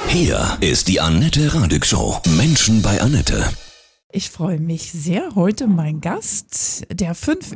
Hier ist die Annette Radig Show. Menschen bei Annette. Ich freue mich sehr. Heute mein Gast, der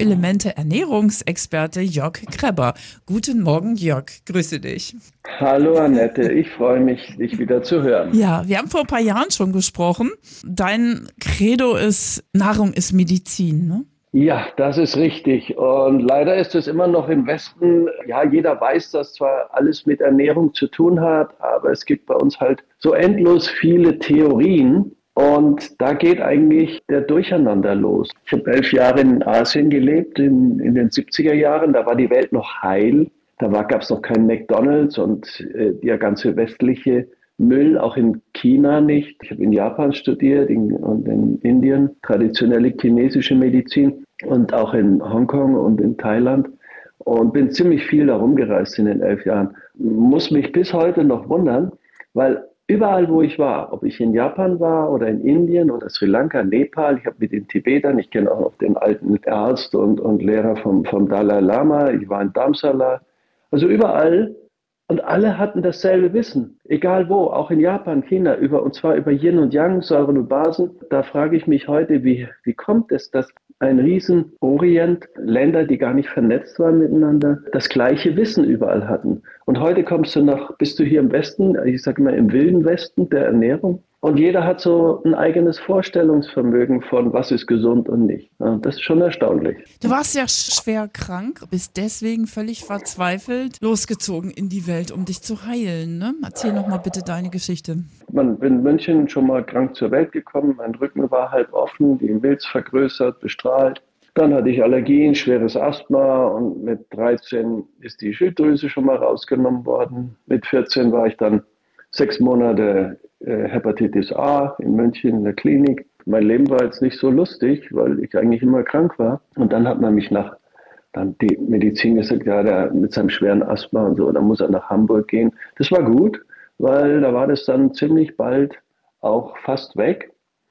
5-Elemente-Ernährungsexperte Jörg Krebber. Guten Morgen, Jörg. Grüße dich. Hallo Annette, ich freue mich, dich wieder zu hören. Ja, wir haben vor ein paar Jahren schon gesprochen. Dein Credo ist, Nahrung ist Medizin, ne? Ja, das ist richtig. Und leider ist es immer noch im Westen, ja, jeder weiß, dass zwar alles mit Ernährung zu tun hat, aber es gibt bei uns halt so endlos viele Theorien. Und da geht eigentlich der Durcheinander los. Ich habe 11 Jahre in Asien gelebt, in den 70er Jahren. Da war die Welt noch heil. Da gab es noch keinen McDonald's und der ganze westliche Müll, auch in China nicht. Ich habe in Japan studiert und in Indien traditionelle chinesische Medizin und auch in Hongkong und in Thailand und bin ziemlich viel da rumgereist in den 11 Jahren. Muss mich bis heute noch wundern, weil überall, wo ich war, ob ich in Japan war oder in Indien oder Sri Lanka, Nepal, ich habe mit den Tibetern, ich kenne auch noch den alten Arzt und Lehrer vom Dalai Lama, ich war in Dharamsala, also überall. Und alle hatten dasselbe Wissen, egal wo, auch in Japan, China, und zwar über Yin und Yang, Säuren und Basen. Da frage ich mich heute, wie kommt es, dass ein riesen Orient, Länder, die gar nicht vernetzt waren miteinander, das gleiche Wissen überall hatten. Und heute bist du hier im Westen, ich sage mal im wilden Westen der Ernährung. Und jeder hat so ein eigenes Vorstellungsvermögen von, was ist gesund und nicht. Ja, das ist schon erstaunlich. Du warst ja schwer krank, bist deswegen völlig verzweifelt losgezogen in die Welt, um dich zu heilen, ne? Erzähl noch mal bitte deine Geschichte. Ich bin in München schon mal krank zur Welt gekommen. Mein Rücken war halb offen, die Milz vergrößert, bestrahlt. Dann hatte ich Allergien, schweres Asthma und mit 13 ist die Schilddrüse schon mal rausgenommen worden. Mit 14 war ich dann 6 Monate Hepatitis A in München in der Klinik. Mein Leben war jetzt nicht so lustig, weil ich eigentlich immer krank war. Und dann hat man mich dann die Medizin gesagt, ja, der mit seinem schweren Asthma und so, da muss er nach Hamburg gehen. Das war gut, weil da war das dann ziemlich bald auch fast weg.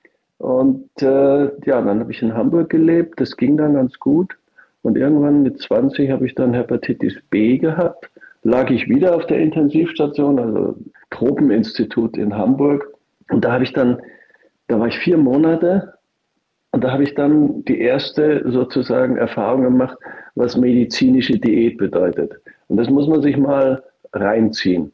Und dann habe ich in Hamburg gelebt, das ging dann ganz gut. Und irgendwann mit 20 habe ich dann Hepatitis B gehabt. Lag ich wieder auf der Intensivstation, also Tropeninstitut in Hamburg. Und da war ich 4 Monate und da habe ich dann die erste sozusagen Erfahrung gemacht, was medizinische Diät bedeutet. Und das muss man sich mal reinziehen.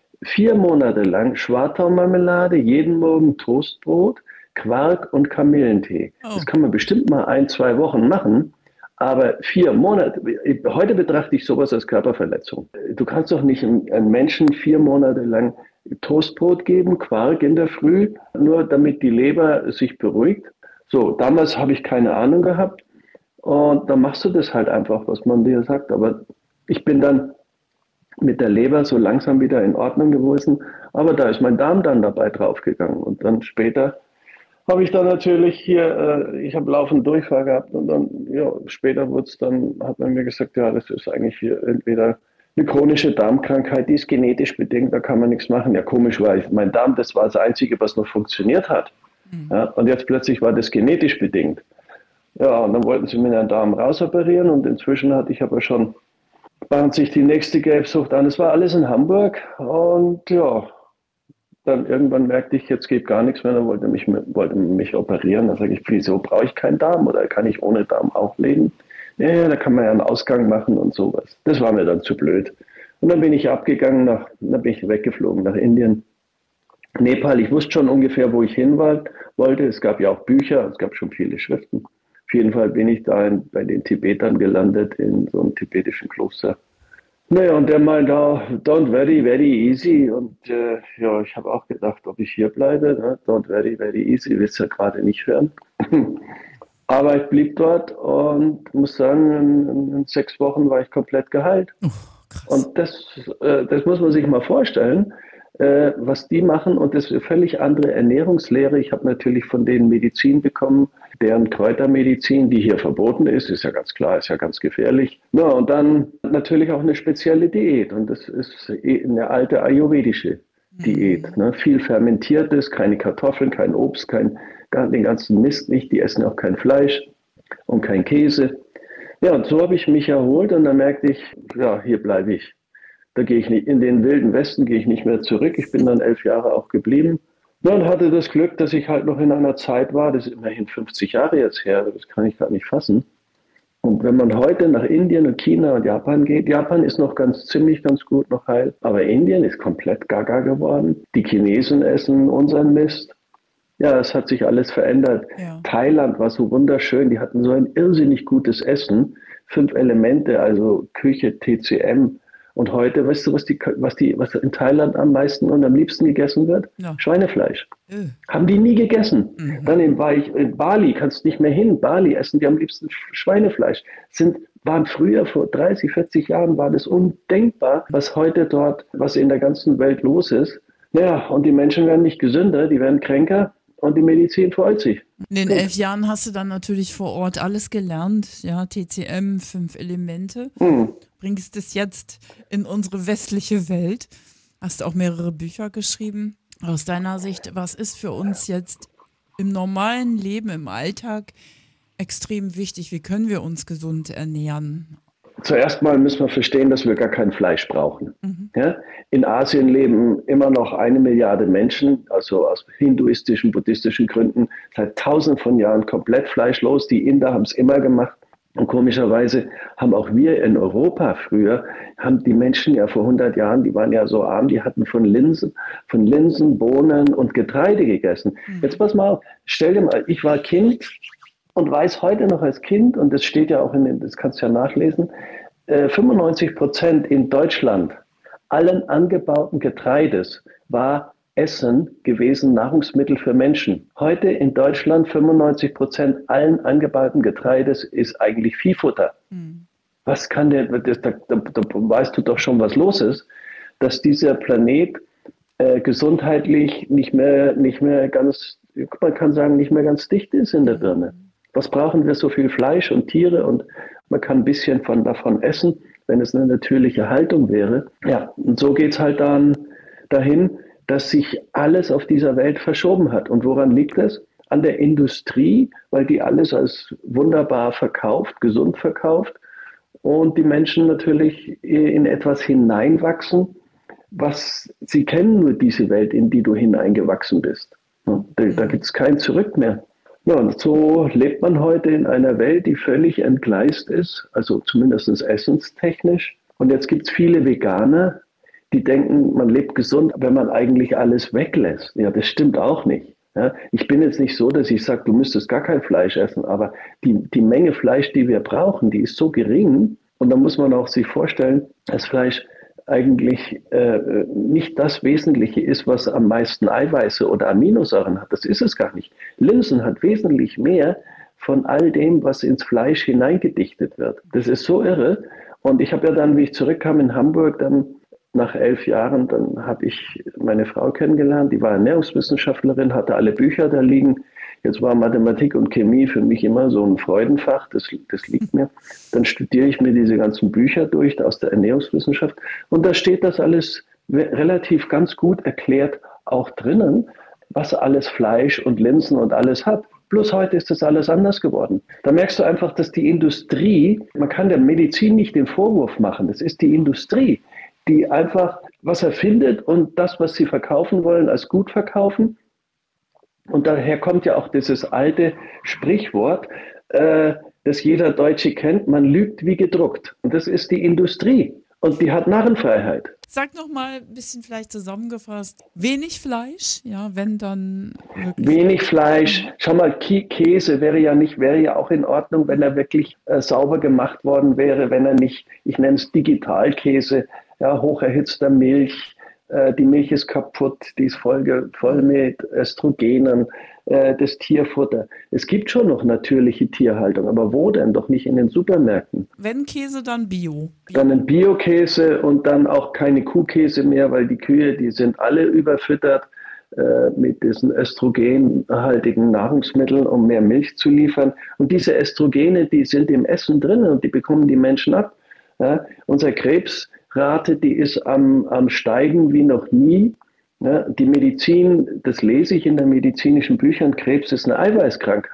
4 Monate lang Schwartaumarmelade, jeden Morgen Toastbrot, Quark und Kamillentee. Oh. Das kann man bestimmt mal 1, 2 Wochen machen. Aber 4 Monate, heute betrachte ich sowas als Körperverletzung. Du kannst doch nicht einem Menschen 4 Monate lang Toastbrot geben, Quark in der Früh, nur damit die Leber sich beruhigt. So, damals habe ich keine Ahnung gehabt und dann machst du das halt einfach, was man dir sagt. Aber ich bin dann mit der Leber so langsam wieder in Ordnung gewesen, aber da ist mein Darm dann dabei draufgegangen und dann später habe ich dann natürlich hier, ich habe laufend Durchfall gehabt und dann, ja, später hat man mir gesagt, ja, das ist eigentlich hier entweder eine chronische Darmkrankheit, die ist genetisch bedingt, da kann man nichts machen. Ja, komisch war mein Darm, das war das Einzige, was noch funktioniert hat. Ja, und jetzt plötzlich war das genetisch bedingt. Ja, und dann wollten sie mir den Darm rausoperieren und inzwischen hatte ich aber schon, bahnt sich die nächste Gelbsucht an. Es war alles in Hamburg und ja, dann irgendwann merkte ich, jetzt geht gar nichts mehr, dann wollte man mich operieren. Dann sage ich, wieso brauche ich keinen Darm oder kann ich ohne Darm auch leben? Ja, da kann man ja einen Ausgang machen und sowas. Das war mir dann zu blöd. Und dann bin ich abgegangen, dann bin ich weggeflogen nach Indien. Nepal, ich wusste schon ungefähr, wo ich hin wollte. Es gab ja auch Bücher, es gab schon viele Schriften. Auf jeden Fall bin ich da bei den Tibetern gelandet, in so einem tibetischen Kloster. Naja, und der meint auch, don't very, very easy. Und ja, ich habe auch gedacht, ob ich hier bleibe. Ne? Don't very, very easy, willst du ja gerade nicht hören. Aber ich blieb dort und muss sagen, in 6 Wochen war ich komplett geheilt. Krass. Und das muss man sich mal vorstellen, was die machen. Und das ist eine völlig andere Ernährungslehre. Ich habe natürlich von denen Medizin bekommen, deren Kräutermedizin, die hier verboten ist ja ganz klar, ist ja ganz gefährlich. Ja, und dann natürlich auch eine spezielle Diät. Und das ist eine alte ayurvedische Diät. Ne? Viel Fermentiertes, keine Kartoffeln, kein Obst, den ganzen Mist nicht. Die essen auch kein Fleisch und kein Käse. Ja, und so habe ich mich erholt und dann merkte ich, ja, hier bleibe ich. Da gehe ich nicht, in den wilden Westen gehe ich nicht mehr zurück. Ich bin dann 11 Jahre auch geblieben. Ja, und hatte das Glück, dass ich halt noch in einer Zeit war, das ist immerhin 50 Jahre jetzt her, das kann ich gar nicht fassen. Und wenn man heute nach Indien und China und Japan geht, Japan ist noch ziemlich ganz gut, noch heil, aber Indien ist komplett gaga geworden. Die Chinesen essen unseren Mist. Ja, es hat sich alles verändert. Ja. Thailand war so wunderschön, die hatten so ein irrsinnig gutes Essen. 5 Elemente, also Küche, TCM. Und heute, weißt du, was in Thailand am meisten und am liebsten gegessen wird? Ja. Schweinefleisch. Haben die nie gegessen. Dann war ich in Bali, kannst nicht mehr hin. Bali essen die am liebsten Schweinefleisch. Waren früher, vor 30, 40 Jahren, war das undenkbar, was heute dort, was in der ganzen Welt los ist. Ja, und die Menschen werden nicht gesünder, die werden kränker. Und die Medizin freut sich. In den 11 Jahren hast du dann natürlich vor Ort alles gelernt, ja, TCM, 5 Elemente. Bringst es jetzt in unsere westliche Welt. Hast auch mehrere Bücher geschrieben. Aus deiner Sicht, was ist für uns jetzt im normalen Leben, im Alltag extrem wichtig? Wie können wir uns gesund ernähren? Zuerst mal müssen wir verstehen, dass wir gar kein Fleisch brauchen. Ja? In Asien leben immer noch 1 Milliarde Menschen, also aus hinduistischen, buddhistischen Gründen, seit Tausenden von Jahren komplett fleischlos. Die Inder haben es immer gemacht. Und komischerweise haben auch wir in Europa früher, haben die Menschen ja vor 100 Jahren, die waren ja so arm, die hatten von Linsen, Bohnen und Getreide gegessen. Jetzt pass mal auf, stell dir mal, ich war Kind und weiß heute noch als Kind, und das steht ja auch das kannst du ja nachlesen, 95% in Deutschland allen angebauten Getreides war Essen gewesen, Nahrungsmittel für Menschen. Heute in Deutschland 95% allen angebauten Getreides ist eigentlich Viehfutter. Was kann da weißt du doch schon, was los ist, dass dieser Planet gesundheitlich nicht mehr ganz, man kann sagen, nicht mehr ganz dicht ist in der Birne. Was brauchen wir so viel Fleisch und Tiere, und man kann ein bisschen davon essen, wenn es eine natürliche Haltung wäre. Ja, und so geht es halt dann dahin, dass sich alles auf dieser Welt verschoben hat. Und woran liegt es? An der Industrie, weil die alles als wunderbar verkauft, gesund verkauft, und die Menschen natürlich in etwas hineinwachsen, was sie kennen, nur diese Welt, in die du hineingewachsen bist. Da gibt es kein Zurück mehr. Ja, und so lebt man heute in einer Welt, die völlig entgleist ist, also zumindest essenstechnisch. Und jetzt gibt es viele Veganer, die denken, man lebt gesund, wenn man eigentlich alles weglässt. Ja, das stimmt auch nicht. Ja, ich bin jetzt nicht so, dass ich sage, du müsstest gar kein Fleisch essen, aber die Menge Fleisch, die wir brauchen, die ist so gering. Und da muss man auch sich vorstellen, dass Fleisch eigentlich nicht das Wesentliche ist, was am meisten Eiweiße oder Aminosäuren hat. Das ist es gar nicht. Linsen hat wesentlich mehr von all dem, was ins Fleisch hineingedichtet wird. Das ist so irre. Und ich habe ja dann, wie ich zurückkam in Hamburg, dann nach 11 Jahren, dann habe ich meine Frau kennengelernt, die war Ernährungswissenschaftlerin, hatte alle Bücher da liegen. Jetzt war Mathematik und Chemie für mich immer so ein Freudenfach, das liegt mir. Dann studiere ich mir diese ganzen Bücher durch aus der Ernährungswissenschaft, und da steht das alles relativ ganz gut erklärt auch drinnen, was alles Fleisch und Linsen und alles hat. Bloß heute ist das alles anders geworden. Da merkst du einfach, dass die Industrie, man kann der Medizin nicht den Vorwurf machen, das ist die Industrie, die einfach was erfindet und das, was sie verkaufen wollen, als gut verkaufen. Und daher kommt ja auch dieses alte Sprichwort, das jeder Deutsche kennt, man lügt wie gedruckt. Und das ist die Industrie. Und die hat Narrenfreiheit. Sag noch mal ein bisschen vielleicht zusammengefasst. Wenig Fleisch, ja, wenn dann wirklich. Wenig Fleisch. Schau mal, Käse wäre ja auch in Ordnung, wenn er wirklich sauber gemacht worden wäre, wenn er nicht, ich nenne es Digitalkäse, ja, hocherhitzter Milch. Die Milch ist kaputt, die ist voll mit Östrogenen, das Tierfutter. Es gibt schon noch natürliche Tierhaltung, aber wo denn? Doch nicht in den Supermärkten. Wenn Käse, dann Bio. Dann ein Bio-Käse und dann auch keine Kuhkäse mehr, weil die Kühe, die sind alle überfüttert mit diesen östrogenhaltigen Nahrungsmitteln, um mehr Milch zu liefern. Und diese Östrogene, die sind im Essen drin und die bekommen die Menschen ab. Ja? Unser Krebsrate, die ist am Steigen wie noch nie. Ja? Die Medizin, das lese ich in den medizinischen Büchern, Krebs ist eine Eiweißkrankheit.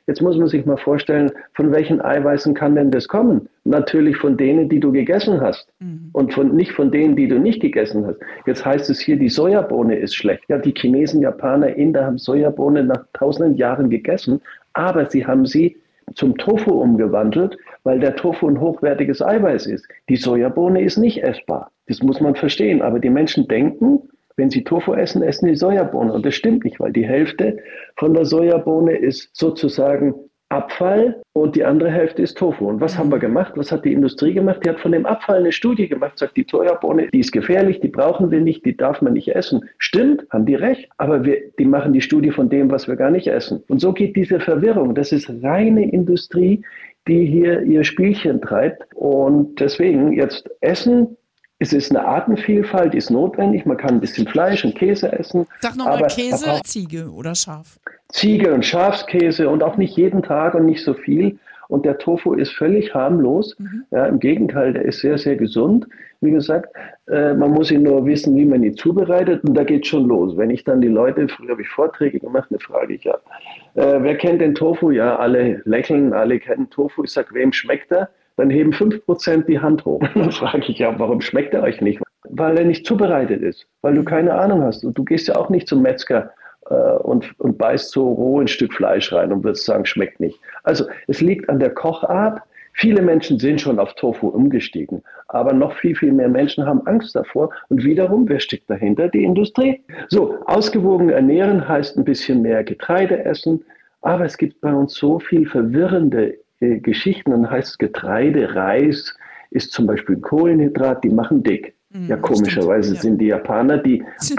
Jetzt muss man sich mal vorstellen, von welchen Eiweißen kann denn das kommen? Natürlich von denen, die du gegessen hast und nicht von denen, die du nicht gegessen hast. Jetzt heißt es hier, die Sojabohne ist schlecht. Ja, die Chinesen, Japaner, Inder haben Sojabohne nach tausenden Jahren gegessen, aber sie haben sie zum Tofu umgewandelt, weil der Tofu ein hochwertiges Eiweiß ist. Die Sojabohne ist nicht essbar. Das muss man verstehen. Aber die Menschen denken, wenn sie Tofu essen, essen die Sojabohne. Und das stimmt nicht, weil die Hälfte von der Sojabohne ist sozusagen Abfall und die andere Hälfte ist Tofu. Und was haben wir gemacht? Was hat die Industrie gemacht? Die hat von dem Abfall eine Studie gemacht, sagt, die Sojabohne, die ist gefährlich, die brauchen wir nicht, die darf man nicht essen. Stimmt, haben die recht, aber die machen die Studie von dem, was wir gar nicht essen. Und so geht diese Verwirrung. Das ist reine Industrie, die hier ihr Spielchen treibt. Und deswegen jetzt Essen. Es ist eine Artenvielfalt, die ist notwendig. Man kann ein bisschen Fleisch und Käse essen. Sag nochmal Käse, Ziege oder Schaf? Ziege und Schafskäse und auch nicht jeden Tag und nicht so viel. Und der Tofu ist völlig harmlos. Ja, im Gegenteil, der ist sehr, sehr gesund. Wie gesagt, man muss ihn nur wissen, wie man ihn zubereitet. Und da geht schon los. Wenn ich dann die Leute, früher habe ich Vorträge gemacht, eine Frage ich ja. Wer kennt den Tofu? Ja, alle lächeln, alle kennen Tofu. Ich sage, wem schmeckt er? Dann heben 5% die Hand hoch. Dann frage ich ja, warum schmeckt er euch nicht? Weil er nicht zubereitet ist, weil du keine Ahnung hast. Und du gehst ja auch nicht zum Metzger und beißt so roh ein Stück Fleisch rein und würdest sagen, schmeckt nicht. Also es liegt an der Kochart. Viele Menschen sind schon auf Tofu umgestiegen, aber noch viel, viel mehr Menschen haben Angst davor. Und wiederum, wer steckt dahinter? Die Industrie. So, ausgewogen ernähren heißt ein bisschen mehr Getreide essen, aber es gibt bei uns so viel verwirrende Geschichten, dann heißt Getreide, Reis ist zum Beispiel Kohlenhydrat, die machen dick. Ja, komischerweise sind die Japaner, die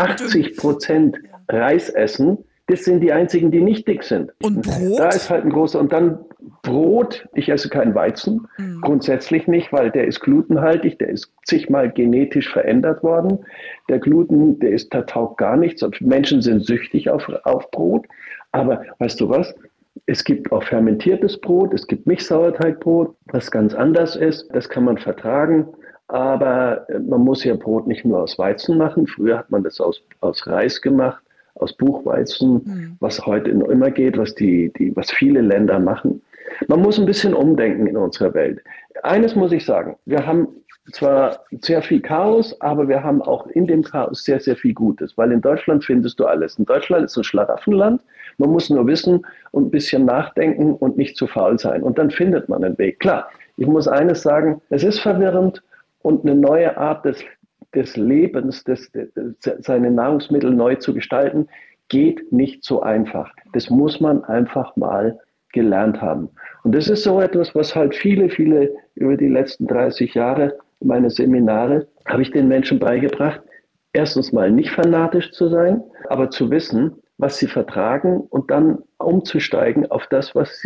80% Reis essen, das sind die einzigen, die nicht dick sind. Und Brot? Da ist halt ein großer, und dann Brot, ich esse keinen Weizen, grundsätzlich nicht, weil der ist glutenhaltig, der ist zigmal genetisch verändert worden. Der Gluten, der taugt gar nichts. Menschen sind süchtig auf Brot, aber weißt du was? Es gibt auch fermentiertes Brot, es gibt Milchsauerteigbrot, was ganz anders ist. Das kann man vertragen, aber man muss ja Brot nicht nur aus Weizen machen. Früher hat man das aus Reis gemacht, aus Buchweizen, was heute immer geht, was viele Länder machen. Man muss ein bisschen umdenken in unserer Welt. Eines muss ich sagen, wir haben zwar sehr viel Chaos, aber wir haben auch in dem Chaos sehr, sehr viel Gutes, weil in Deutschland findest du alles. In Deutschland ist ein Schlaraffenland, man muss nur wissen und ein bisschen nachdenken und nicht zu faul sein. Und dann findet man einen Weg. Klar, ich muss eines sagen, es ist verwirrend und eine neue Art des Lebens, seine Nahrungsmittel neu zu gestalten, geht nicht so einfach. Das muss man einfach mal gelernt haben. Und das ist so etwas, was halt viele über die letzten 30 Jahre meine Seminare habe ich den Menschen beigebracht, erstens mal nicht fanatisch zu sein, aber zu wissen, was sie vertragen und dann umzusteigen auf das, was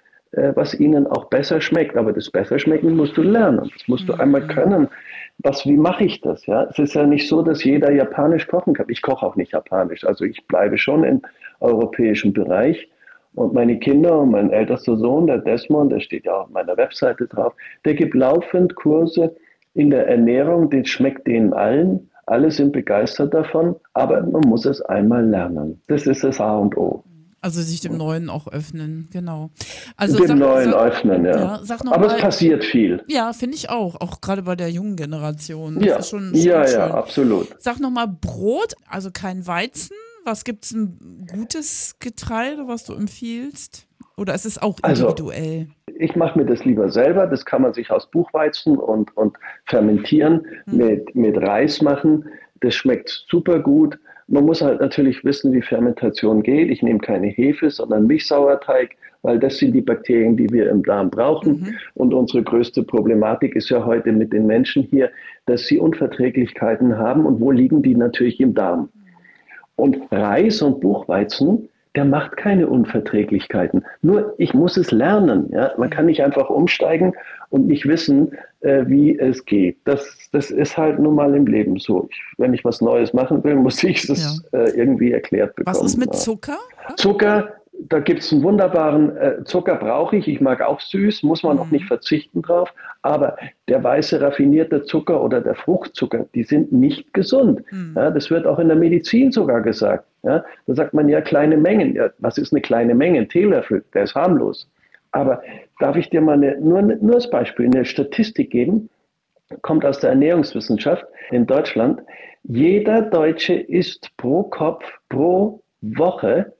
ihnen auch besser schmeckt. Aber das besser schmecken musst du lernen. Das musst du einmal können. Wie mache ich das? Ja? Es ist ja nicht so, dass jeder japanisch kochen kann. Ich koche auch nicht japanisch. Also ich bleibe schon im europäischen Bereich. Und meine Kinder und mein ältester Sohn, der Desmond, der steht ja auch auf meiner Webseite drauf, der gibt laufend Kurse in der Ernährung, das schmeckt denen allen. Alle sind begeistert davon, aber man muss es einmal lernen. Das ist das A und O. Also sich dem Neuen auch öffnen, genau. Also dem Neuen öffnen, ja. Aber es passiert viel. Ja, finde ich auch gerade bei der jungen Generation. Ja, das ist schon ja, schön. absolut. Sag nochmal Brot, also kein Weizen. Was gibt es ein gutes Getreide, was du empfiehlst? Oder ist es auch individuell? Also, ich mache mir das lieber selber. Das kann man sich aus Buchweizen und fermentieren mit Reis machen. Das schmeckt super gut. Man muss halt natürlich wissen, wie Fermentation geht. Ich nehme keine Hefe, sondern Milchsauerteig, weil das sind die Bakterien, die wir im Darm brauchen. Und unsere größte Problematik ist ja heute mit den Menschen hier, dass sie Unverträglichkeiten haben. Und wo liegen die? Natürlich im Darm. Und Reis und Buchweizen, der macht keine Unverträglichkeiten. Nur ich muss es lernen. Ja? Man kann nicht einfach umsteigen und nicht wissen, wie es geht. Das ist halt nun mal im Leben so. Wenn ich was Neues machen will, muss ich es irgendwie erklärt bekommen. Was ist mit Zucker? Zucker Da gibt es einen wunderbaren Zucker, brauche ich. Ich mag auch süß, muss man auch nicht verzichten drauf. Aber der weiße raffinierte Zucker oder der Fruchtzucker, die sind nicht gesund. Ja, das wird auch in der Medizin sogar gesagt. Ja, da sagt man ja kleine Mengen. Ja, was ist eine kleine Menge? Ein Teelöffel, der ist harmlos. Aber darf ich dir mal nur als Beispiel eine Statistik geben? Kommt aus der Ernährungswissenschaft in Deutschland. Jeder Deutsche isst pro Kopf pro Woche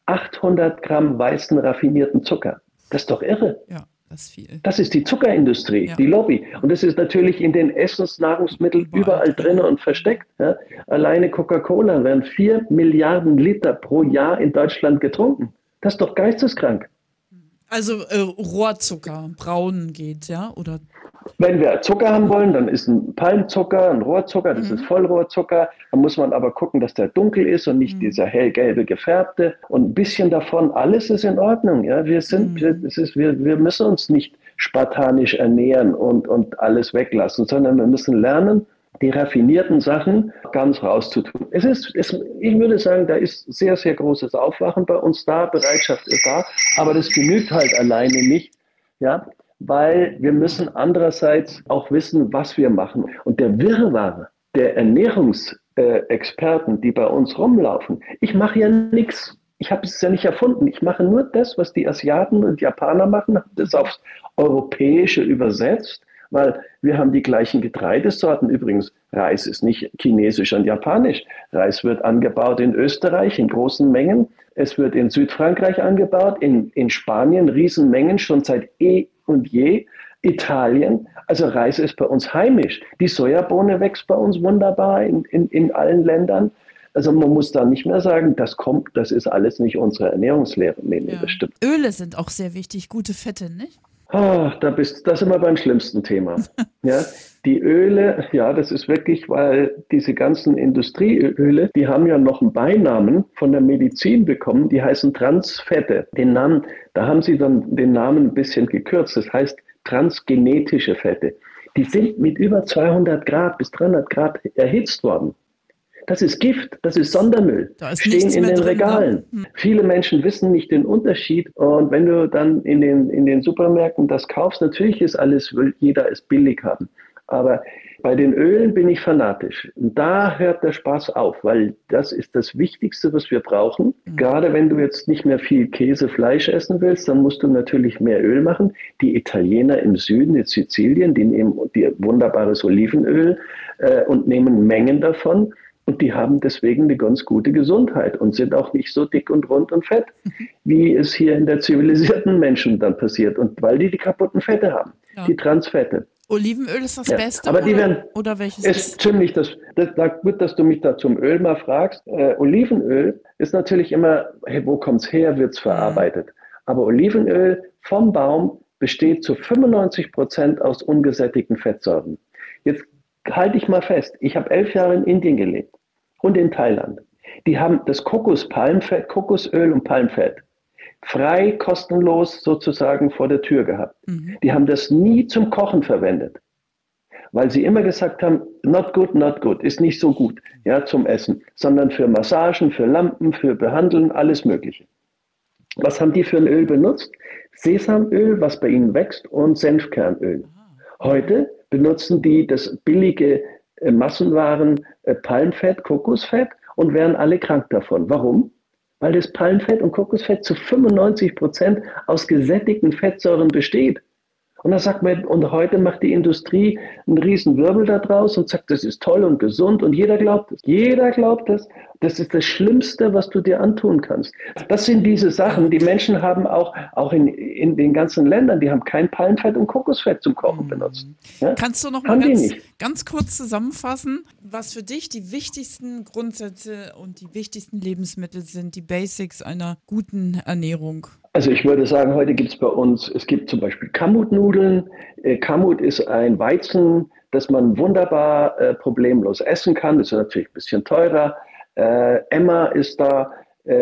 800 Gramm weißen raffinierten Zucker. Das ist doch irre. Ja, das ist viel. Das ist die Zuckerindustrie, Ja. die Lobby. Und das ist natürlich in den Essensnahrungsmitteln überall drin und versteckt. Ja. Alleine Coca-Cola werden 4 Milliarden Liter pro Jahr in Deutschland getrunken. Das ist doch geisteskrank. Also Rohrzucker, braun geht, ja? Oder? Wenn wir Zucker haben wollen, dann ist ein Palmzucker, ein Rohrzucker, das ist Vollrohrzucker. Da muss man aber gucken, dass der dunkel ist und nicht dieser hellgelbe gefärbte. Und ein bisschen davon, alles ist in Ordnung. Ja? Wir müssen uns nicht spartanisch ernähren und alles weglassen, sondern wir müssen lernen, die raffinierten Sachen ganz rauszutun. Ich würde sagen, da ist sehr, sehr großes Aufwachen bei uns da, Bereitschaft ist da, aber das genügt halt alleine nicht, ja, weil wir müssen andererseits auch wissen, was wir machen. Und der Wirrwarr der Ernährungsexperten, die bei uns rumlaufen, ich mache ja nichts. Ich habe es ja nicht erfunden. Ich mache nur das, was die Asiaten und Japaner machen, habe das aufs Europäische übersetzt, weil wir haben die gleichen Getreidesorten. Übrigens, Reis ist nicht chinesisch und japanisch. Reis wird angebaut in Österreich in großen Mengen. Es wird in Südfrankreich angebaut, in Spanien Riesenmengen, schon seit eh und je. Italien, also Reis ist bei uns heimisch. Die Sojabohne wächst bei uns wunderbar in allen Ländern. Also man muss da nicht mehr sagen, das ist alles nicht unsere Ernährungslehre. Nee, Ja. das stimmt. Öle sind auch sehr wichtig, gute Fette, nicht? Da sind wir beim schlimmsten Thema. Ja, die Öle, ja, das ist wirklich, weil diese ganzen Industrieöle, die haben ja noch einen Beinamen von der Medizin bekommen, die heißen Transfette. Da haben sie dann den Namen ein bisschen gekürzt, das heißt transgenetische Fette. Die sind mit über 200 Grad bis 300 Grad erhitzt worden. Das ist Gift, das ist Sondermüll, Da ist stehen nichts in mehr den drin, Regalen. ne? Viele Menschen wissen nicht den Unterschied und wenn du dann in den Supermärkten das kaufst, natürlich ist alles, will jeder es billig haben, aber bei den Ölen bin ich fanatisch. Und da hört der Spaß auf, weil das ist das Wichtigste, was wir brauchen. Gerade wenn du jetzt nicht mehr viel Käse, Fleisch essen willst, dann musst du natürlich mehr Öl machen. Die Italiener im Süden, in Sizilien, die nehmen wunderbares Olivenöl und nehmen Mengen davon. Und die haben deswegen eine ganz gute Gesundheit und sind auch nicht so dick und rund und fett, wie es hier in der zivilisierten Menschen dann passiert. Und weil die kaputten Fette haben, die Transfette. Olivenöl ist das Ja, Beste, aber die werden, oder welches ist ziemlich gut, dass du mich da zum Öl mal fragst. Olivenöl ist natürlich immer, hey, wo kommt's her, wird's verarbeitet. Aber Olivenöl vom Baum besteht zu 95% aus ungesättigten Fettsäuren. Jetzt halte ich mal fest, ich habe 11 Jahre in Indien gelebt und in Thailand. Die haben das Palmfett, Kokosöl und Palmfett frei, kostenlos sozusagen vor der Tür gehabt. Die haben das nie zum Kochen verwendet, weil sie immer gesagt haben, not good, ist nicht so gut, ja, zum Essen, sondern für Massagen, für Lampen, für Behandeln, alles Mögliche. Was haben die für ein Öl benutzt? Sesamöl, was bei ihnen wächst, und Senfkernöl. Heute benutzen die das billige Massenwaren Palmfett, Kokosfett und werden alle krank davon. Warum? Weil das Palmfett und Kokosfett zu 95% aus gesättigten Fettsäuren besteht. Und dann sagt man, und heute macht die Industrie einen riesen Wirbel da draus und sagt, das ist toll und gesund und jeder glaubt es. Jeder glaubt es. Das ist das Schlimmste, was du dir antun kannst. Das sind diese Sachen, die Menschen haben auch in den ganzen Ländern, die haben kein Palmfett und Kokosfett zum Kochen benutzt. Ja? Kannst du noch mal ganz kurz zusammenfassen, was für dich die wichtigsten Grundsätze und die wichtigsten Lebensmittel sind, die Basics einer guten Ernährung? Also ich würde sagen, heute gibt es bei uns, es gibt zum Beispiel Kamutnudeln. Kamut ist ein Weizen, das man wunderbar problemlos essen kann. Das ist natürlich ein bisschen teurer. Emma ist da,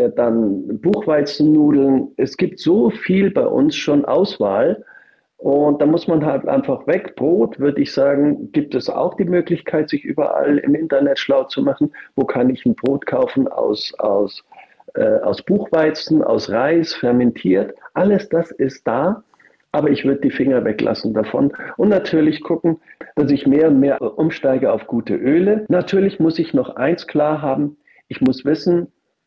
dann Buchweizennudeln. Es gibt so viel bei uns schon Auswahl. Und da muss man halt einfach weg. Brot, würde ich sagen, gibt es auch die Möglichkeit, sich überall im Internet schlau zu machen. Wo kann ich ein Brot kaufen aus aus Buchweizen, aus Reis, fermentiert. Alles das ist da, aber ich würde die Finger weglassen davon und natürlich gucken, dass ich mehr und mehr umsteige auf gute Öle. Natürlich muss ich noch eins klar haben, ich muss wissen,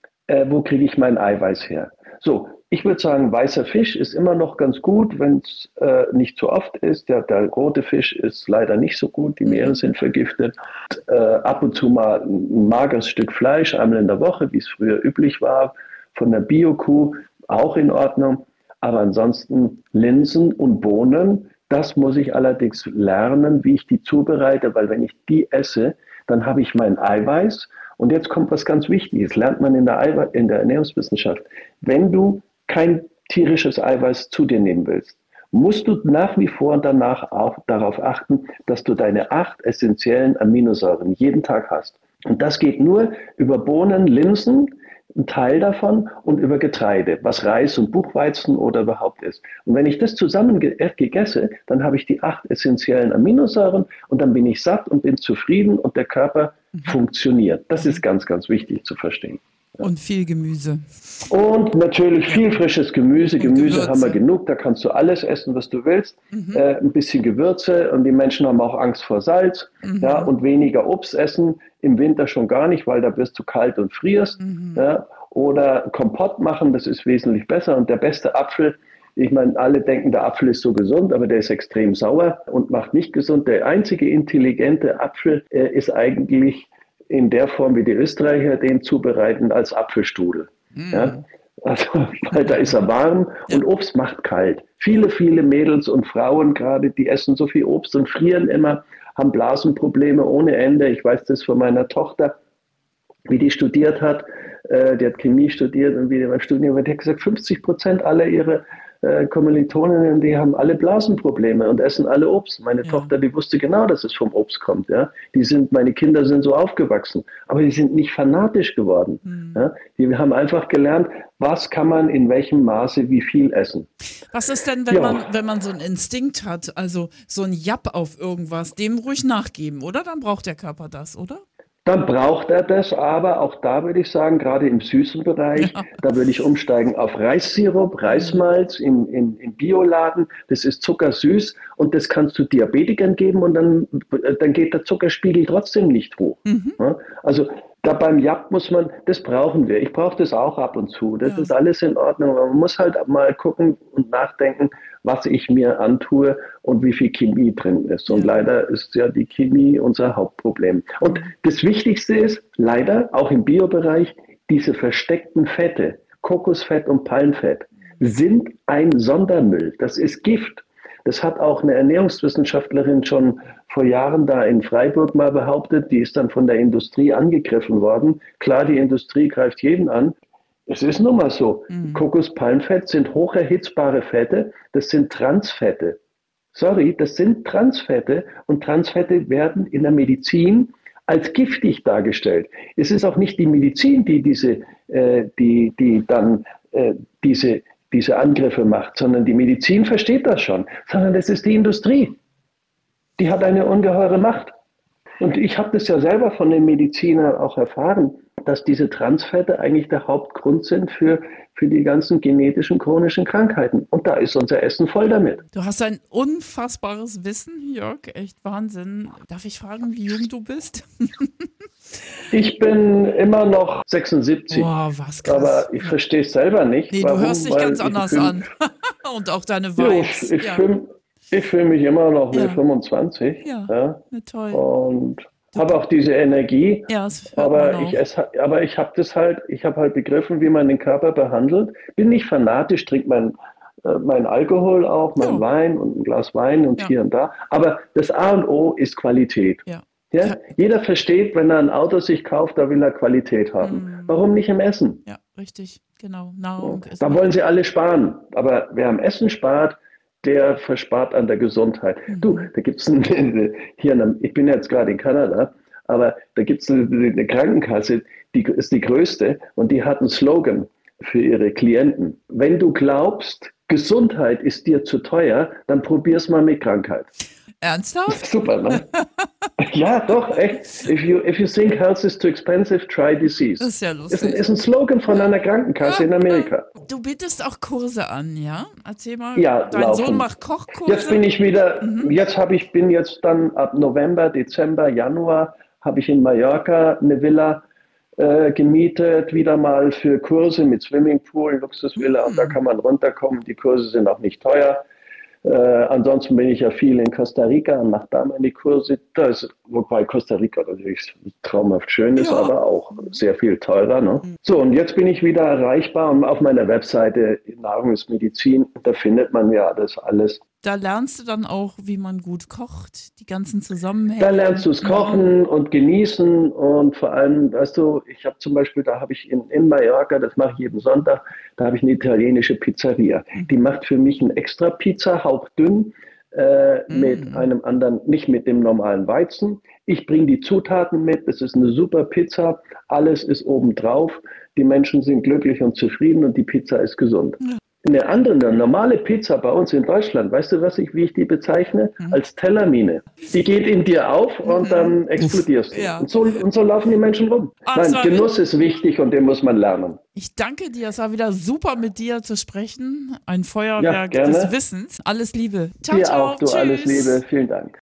wo kriege ich mein Eiweiß her? So, ich würde sagen, weißer Fisch ist immer noch ganz gut, wenn es nicht zu oft ist. Der rote Fisch ist leider nicht so gut, die Meere sind vergiftet. Ab und zu mal ein mageres Stück Fleisch, einmal in der Woche, wie es früher üblich war, von der Bio-Kuh, auch in Ordnung. Aber ansonsten Linsen und Bohnen, das muss ich allerdings lernen, wie ich die zubereite, weil wenn ich die esse, dann habe ich mein Eiweiß. Und jetzt kommt was ganz Wichtiges, lernt man in der Ernährungswissenschaft. Wenn du kein tierisches Eiweiß zu dir nehmen willst, musst du nach wie vor danach auch darauf achten, dass du deine 8 essentiellen Aminosäuren jeden Tag hast. Und das geht nur über Bohnen, Linsen, ein Teil davon und über Getreide, was Reis und Buchweizen oder überhaupt ist. Und wenn ich das zusammen gegesse, dann habe ich die 8 essentiellen Aminosäuren und dann bin ich satt und bin zufrieden und der Körper funktioniert. Das ist ganz, ganz wichtig zu verstehen. Ja. Und viel Gemüse. Und natürlich viel frisches Gemüse. Gemüse haben wir genug, da kannst du alles essen, was du willst. Ein bisschen Gewürze und die Menschen haben auch Angst vor Salz. Ja, und weniger Obst essen, im Winter schon gar nicht, weil da wirst du kalt und frierst. Ja, oder Kompott machen, das ist wesentlich besser. Und der beste Apfel, ich meine, alle denken, der Apfel ist so gesund, aber der ist extrem sauer und macht nicht gesund. Der einzige intelligente Apfel ist eigentlich in der Form, wie die Österreicher den zubereiten, als Apfelstrudel. Ja? Also, weil da ist er warm und Obst macht kalt. Viele, viele Mädels und Frauen gerade, die essen so viel Obst und frieren immer, haben Blasenprobleme ohne Ende. Ich weiß das von meiner Tochter, wie die studiert hat. Die hat Chemie studiert und wie die beim Studium war, die hat gesagt, 50% aller ihrer Kommilitoninnen, die haben alle Blasenprobleme und essen alle Obst. Meine Tochter, die wusste genau, dass es vom Obst kommt. Ja? Meine Kinder sind so aufgewachsen, aber die sind nicht fanatisch geworden. Ja? Die haben einfach gelernt, was kann man in welchem Maße wie viel essen. Was ist denn, wenn man so einen Instinkt hat, also so ein Japp auf irgendwas, dem ruhig nachgeben, oder? Dann braucht der Körper das, oder? Dann braucht er das, aber auch da würde ich sagen, gerade im süßen Bereich, da würde ich umsteigen auf Reissirup, Reismalz im Bioladen. Das ist zuckersüß und das kannst du Diabetikern geben und dann geht der Zuckerspiegel trotzdem nicht hoch. Ja, also da beim Jagd muss man, das brauchen wir. Ich brauche das auch ab und zu. Das ist alles in Ordnung. Aber man muss halt mal gucken und nachdenken, was ich mir antue und wie viel Chemie drin ist. Und leider ist ja die Chemie unser Hauptproblem. Und das Wichtigste ist, leider, auch im Biobereich, diese versteckten Fette, Kokosfett und Palmfett, sind ein Sondermüll. Das ist Gift. Das hat auch eine Ernährungswissenschaftlerin schon vor Jahren da in Freiburg mal behauptet. Die ist dann von der Industrie angegriffen worden. Klar, die Industrie greift jeden an. Es ist nun mal so. Kokos, Palmfett sind hocherhitzbare Fette. Das sind Transfette. Sorry, das sind Transfette. Und Transfette werden in der Medizin als giftig dargestellt. Es ist auch nicht die Medizin, die diese Angriffe macht, sondern die Medizin versteht das schon, sondern das ist die Industrie. Die hat eine ungeheure Macht. Und ich habe das ja selber von den Medizinern auch erfahren, dass diese Transfette eigentlich der Hauptgrund sind für die ganzen genetischen chronischen Krankheiten. Und da ist unser Essen voll damit. Du hast ein unfassbares Wissen, Jörg, echt Wahnsinn. Darf ich fragen, wie jung du bist? Ich bin immer noch 76, Boah, was krass. aber ich verstehe es selber nicht. Nee, warum, du hörst dich ganz anders an. Und auch deine Vibes. Ich fühle mich immer noch wie 25. Ja, toll. Und habe auch diese Energie. Ja, das aber ich habe halt begriffen, wie man den Körper behandelt. Bin nicht fanatisch, trinke mein Alkohol auch, mein Wein und ein Glas Wein und hier und da. Aber das A und O ist Qualität. Ja? Jeder versteht, wenn er ein Auto sich kauft, da will er Qualität haben. Warum nicht im Essen? Ja, richtig, genau. Nahrung ist da wollen sie alle sparen. Aber wer am Essen spart, der verspart an der Gesundheit. Du, da gibt es ich bin jetzt gerade in Kanada, aber da gibt es eine Krankenkasse, die ist die größte und die hat einen Slogan für ihre Klienten. Wenn du glaubst, Gesundheit ist dir zu teuer, dann probier's mal mit Krankheit. Ernsthaft? Super, ne? Ja, doch, echt. If you think health is too expensive, try disease. Das ist ja lustig. Ist ein Slogan von einer Krankenkasse in Amerika. Du bietest auch Kurse an, ja? Erzähl mal. Ja, Dein Sohn laufen. macht Kochkurse. Jetzt bin ich wieder, bin jetzt dann ab November, Dezember, Januar, habe ich in Mallorca eine Villa gemietet, wieder mal für Kurse mit Swimmingpool, Luxusvilla, und da kann man runterkommen. Die Kurse sind auch nicht teuer. Ansonsten bin ich ja viel in Costa Rica und mache da meine Kurse. Wobei Costa Rica natürlich traumhaft schön ist, aber auch sehr viel teurer. Ne? So, und jetzt bin ich wieder erreichbar und auf meiner Webseite Nahrungsmedizin, da findet man ja das alles. Da lernst du dann auch, wie man gut kocht, die ganzen Zusammenhänge. Da lernst du es kochen und genießen und vor allem, weißt du, ich habe zum Beispiel, da habe ich in Mallorca, das mache ich jeden Sonntag, da habe ich eine italienische Pizzeria. Die macht für mich eine extra Pizza, hauchdünn, mit einem anderen, nicht mit dem normalen Weizen. Ich bringe die Zutaten mit, das ist eine super Pizza, alles ist obendrauf, die Menschen sind glücklich und zufrieden und die Pizza ist gesund. Eine normale Pizza bei uns in Deutschland, weißt du, wie ich die bezeichne? Als Tellermine. Die geht in dir auf und dann explodierst du. Ja. Und so laufen die Menschen rum. Nein, Genuss ist wichtig und den muss man lernen. Ich danke dir, es war wieder super mit dir zu sprechen. Ein Feuerwerk des Wissens. Alles Liebe. Ciao, Dir ciao. auch, du, Tschüss. alles Liebe. Vielen Dank.